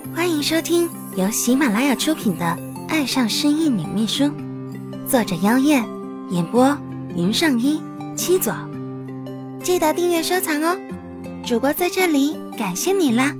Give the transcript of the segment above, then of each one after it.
欢迎收听由喜马拉雅出品的《爱上失忆女秘书》，作者妖艳，演播云上一七左。记得订阅收藏哦，主播在这里感谢你啦。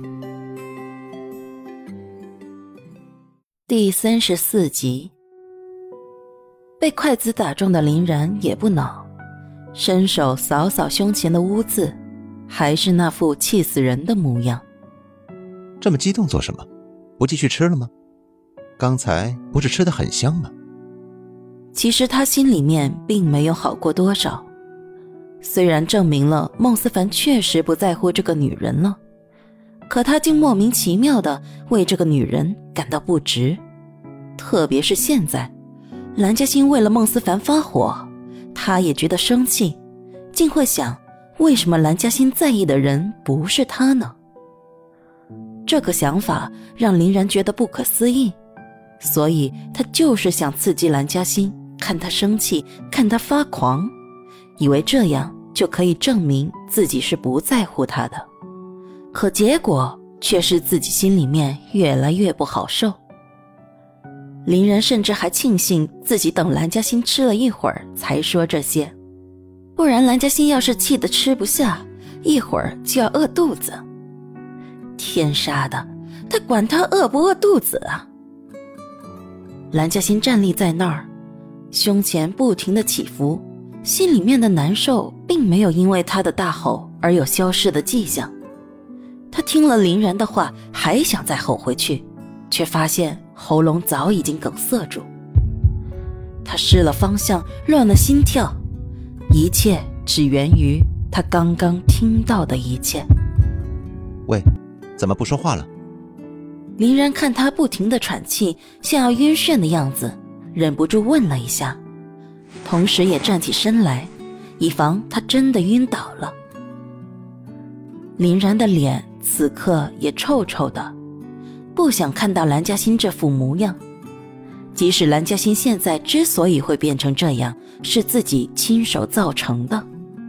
第34集。被筷子打中的林然也不恼，伸手扫扫胸前的污渍，还是那副气死人的模样。 这么激动做什么？不继续吃了吗？刚才不是吃得很香吗？ 其实他心里面并没有好过多少，虽然证明了孟思凡确实不在乎这个女人了，可他竟莫名其妙地为这个女人感到不值。特别是现在蓝嘉欣为了孟思凡发火，他也觉得生气，竟会想为什么蓝嘉欣在意的人不是他呢？这个想法让林然觉得不可思议，所以他就是想刺激蓝嘉欣，看他生气，看他发狂，以为这样就可以证明自己是不在乎他的。可结果却是自己心里面越来越不好受。林然甚至还庆幸自己等蓝嘉欣吃了一会儿才说这些，不然蓝嘉欣要是气得吃不下，一会儿就要饿肚子。天杀的，他管他饿不饿肚子啊！蓝嘉欣站立在那儿，胸前不停地起伏，心里面的难受并没有因为他的大吼而有消失的迹象。他听了林然的话，还想再吼回去，却发现喉咙早已经梗塞住。他失了方向，乱了心跳，一切只源于他刚刚听到的一切。 喂，怎么不说话了？ 林然看他不停地喘气，像要晕眩的样子，忍不住问了一下，同时也站起身来，以防他真的晕倒了。林然的脸此刻也臭臭的，不想看到蓝嘉欣这副模样。即使蓝嘉欣现在之所以会变成这样，是自己亲手造成的，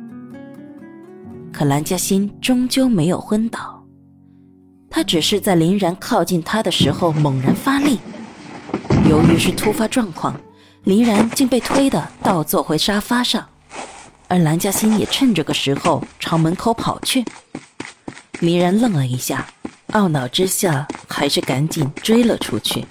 可蓝嘉欣终究没有昏倒，他只是在林然靠近他的时候猛然发力。由于是突发状况，林然竟被推得倒坐回沙发上，而蓝嘉欣也趁这个时候朝门口跑去。林然愣了一下，懊恼之下还是赶紧追了出去。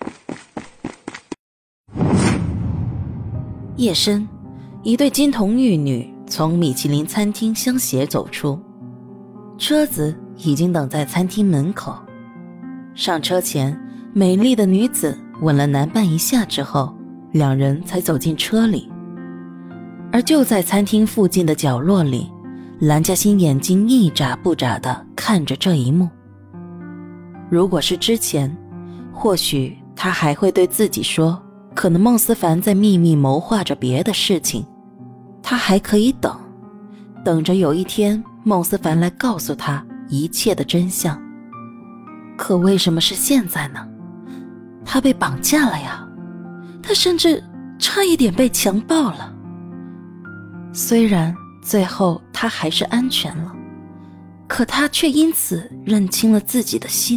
夜深，一对金童玉女从米其林餐厅相携走出，车子已经等在餐厅门口。上车前，美丽的女子吻了男伴一下之后，两人才走进车里。而就在餐厅附近的角落里，蓝嘉欣眼睛一眨不眨地看着这一幕。如果是之前，或许她还会对自己说，可能孟思凡在秘密谋划着别的事情，她还可以等着有一天孟思凡来告诉她一切的真相。可为什么是现在呢？她被绑架了呀，她甚至差一点被强暴了。虽然最后她还是安全了，可她却因此认清了自己的心。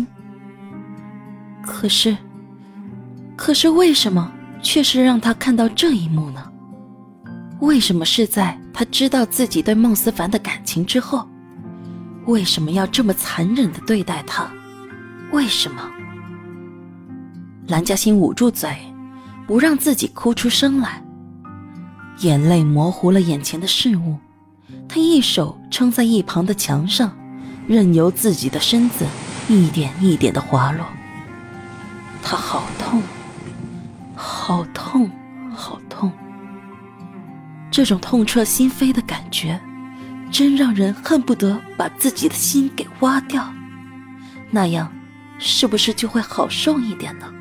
可是为什么却是让她看到这一幕呢？为什么是在她知道自己对孟思凡的感情之后？为什么要这么残忍地对待他？为什么？蓝嘉欣捂住嘴，不让自己哭出声来。眼泪模糊了眼前的事物，她一手撑在一旁的墙上，任由自己的身子一点一点地滑落。她好痛，好痛，好痛。这种痛彻心扉的感觉，真让人恨不得把自己的心给挖掉，那样是不是就会好受一点呢？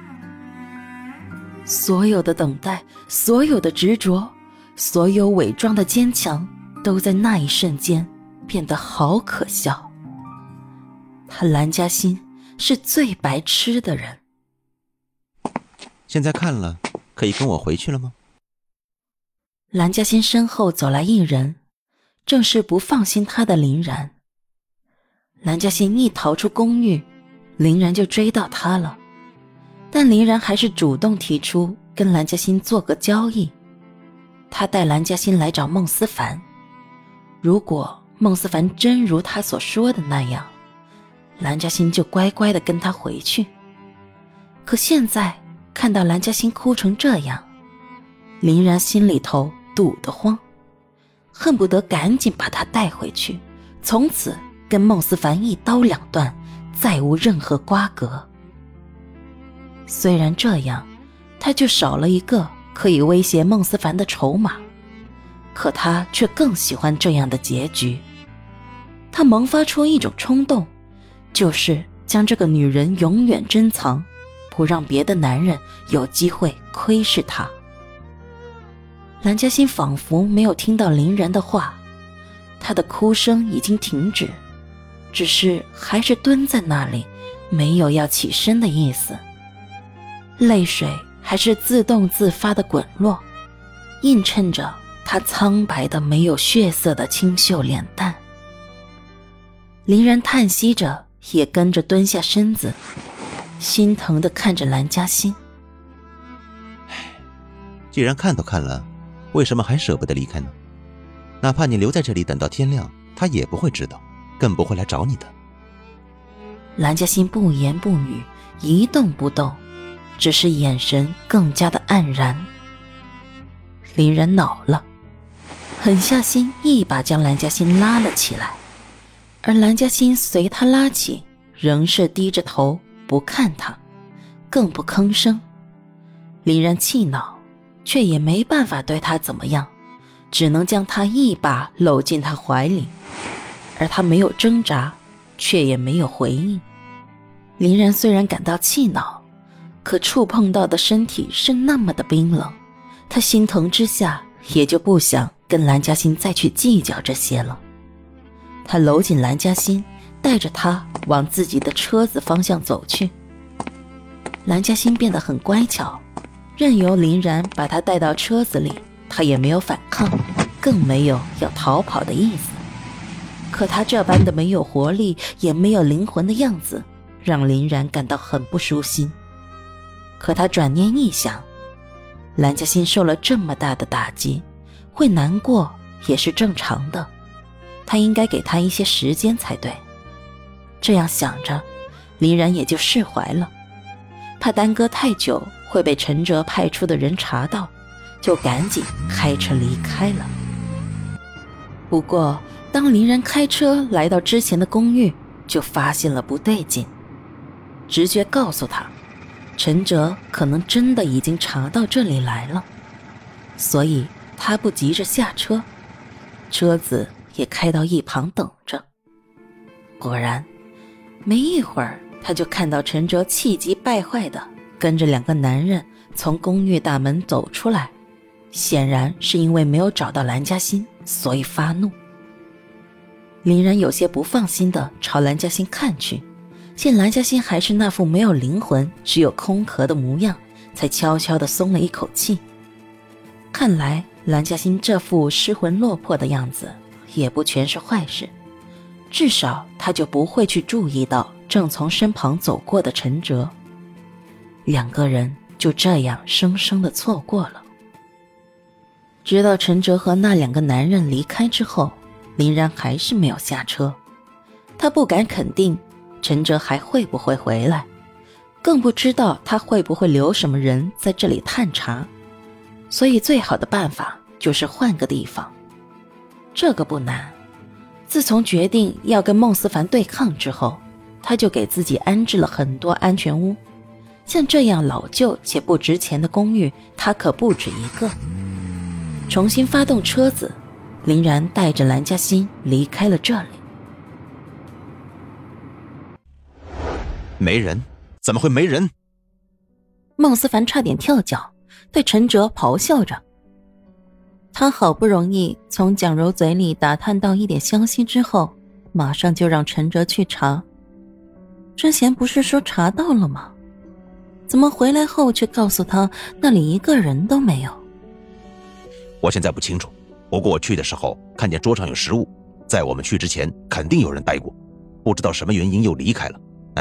所有的等待，所有的执着，所有伪装的坚强，都在那一瞬间变得好可笑。他蓝嘉欣是最白痴的人。 现在看了，可以跟我回去了吗？ 蓝嘉欣身后走来一人，正是不放心他的林然。蓝嘉欣一逃出公寓， 林然就追到他了，但林然还是主动提出跟蓝嘉欣做个交易。他带蓝嘉欣来找孟思凡，如果孟思凡真如他所说的那样，蓝嘉欣就乖乖地跟他回去。可现在看到蓝嘉欣哭成这样，林然心里头堵得慌，恨不得赶紧把他带回去，从此跟孟思凡一刀两断，再无任何瓜葛。虽然这样，他就少了一个可以威胁孟思凡的筹码，可他却更喜欢这样的结局。他萌发出一种冲动，就是将这个女人永远珍藏，不让别的男人有机会窥视她。蓝嘉欣仿佛没有听到林然的话，她的哭声已经停止，只是还是蹲在那里，没有要起身的意思。泪水还是自动自发地滚落，映衬着她苍白的没有血色的清秀脸蛋。林然叹息着，也跟着蹲下身子，心疼地看着蓝嘉欣。 既然看都看了，为什么还舍不得离开呢？哪怕你留在这里等到天亮，他也不会知道，更不会来找你的。 蓝嘉欣不言不语，一动不动，只是眼神更加的黯然。林然恼了，狠下心一把将蓝嘉欣拉了起来，而蓝嘉欣随他拉起，仍是低着头不看他，更不吭声。林然气恼，却也没办法对他怎么样，只能将他一把搂进他怀里，而他没有挣扎，却也没有回应。林然虽然感到气恼，可触碰到的身体是那么的冰冷，他心疼之下也就不想跟蓝嘉欣再去计较这些了。他搂紧蓝嘉欣，带着她往自己的车子方向走去。蓝嘉欣变得很乖巧，任由林然把她带到车子里，她也没有反抗，更没有要逃跑的意思。可她这般的没有活力也没有灵魂的样子，让林然感到很不舒心。可他转念一想，蓝嘉欣受了这么大的打击，会难过也是正常的，他应该给他一些时间才对。这样想着，林然也就释怀了。怕耽搁太久会被陈哲派出的人查到，就赶紧开车离开了。不过当林然开车来到之前的公寓，就发现了不对劲。直觉告诉他，陈哲可能真的已经查到这里来了，所以他不急着下车，车子也开到一旁等着。果然，没一会儿，他就看到陈哲气急败坏的跟着两个男人从公寓大门走出来，显然是因为没有找到蓝嘉欣，所以发怒。林然有些不放心的朝蓝嘉欣看去，见蓝嘉欣还是那副没有灵魂只有空壳的模样，才悄悄地松了一口气。看来蓝嘉欣这副失魂落魄的样子也不全是坏事，至少他就不会去注意到正从身旁走过的陈哲。两个人就这样生生地错过了。直到陈哲和那两个男人离开之后，林然还是没有下车。他不敢肯定陈哲还会不会回来，更不知道他会不会留什么人在这里探查，所以最好的办法就是换个地方。这个不难，自从决定要跟孟思凡对抗之后，他就给自己安置了很多安全屋，像这样老旧且不值钱的公寓，他可不止一个。重新发动车子，林然带着蓝嘉欣离开了这里。 没人？怎么会没人？ 孟思凡差点跳脚，对陈哲咆哮着。他好不容易从蒋柔嘴里打探到一点消息之后，马上就让陈哲去查。之前不是说查到了吗？怎么回来后却告诉他那里一个人都没有？ 我现在不清楚，不过我去的时候看见桌上有食物，在我们去之前肯定有人待过，不知道什么原因又离开了，难道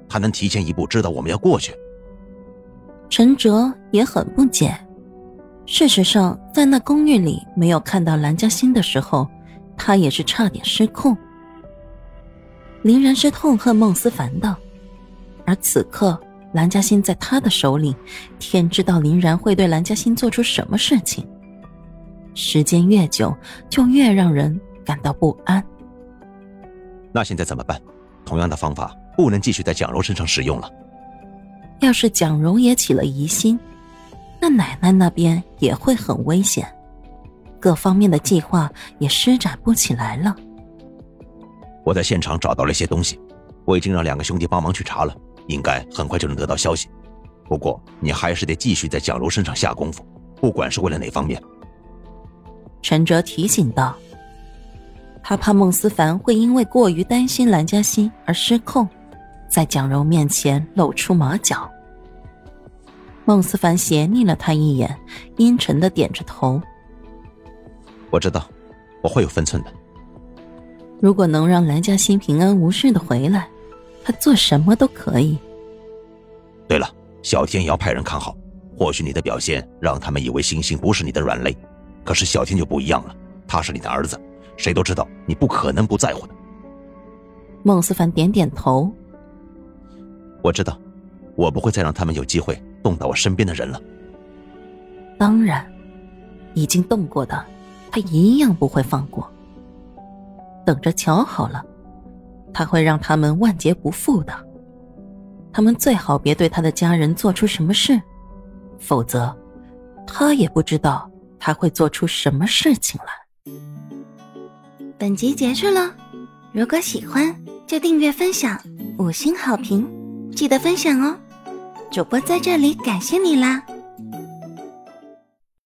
他能提前一步知道我们要过去？ 陈哲也很不解。事实上，在那公寓里没有看到蓝嘉欣的时候，他也是差点失控。林然是痛恨孟思凡的，而此刻蓝嘉欣在他的手里，天知道林然会对蓝嘉欣做出什么事情。时间越久，就越让人感到不安。 那现在怎么办？同样的方法不能继续在蒋柔身上使用了。 要是蒋柔也起了疑心，那奶奶那边也会很危险，各方面的计划也施展不起来了。 我在现场找到了一些东西，我已经让2个兄弟帮忙去查了，应该很快就能得到消息。不过你还是得继续在蒋柔身上下功夫，不管是为了哪方面。 陈哲提醒道，他怕孟思凡会因为过于担心蓝嘉欣而失控，在蒋柔面前露出马脚。孟思凡斜睨了他一眼，阴沉地点着头。 我知道，我会有分寸的。 如果能让蓝嘉欣平安无事地回来，他做什么都可以。 对了，小天也要派人看好，或许你的表现让他们以为星星不是你的软肋，可是小天就不一样了，他是你的儿子，谁都知道你不可能不在乎的。 孟思凡点点头。 我知道，我不会再让他们有机会动到我身边的人了。 当然，已经动过的，他一样不会放过。等着瞧好了，他会让他们万劫不复的。他们最好别对他的家人做出什么事，否则他也不知道他会做出什么事情来。 本集结束了，如果喜欢就订阅分享5星好评，记得分享哦。主播在这里感谢你啦。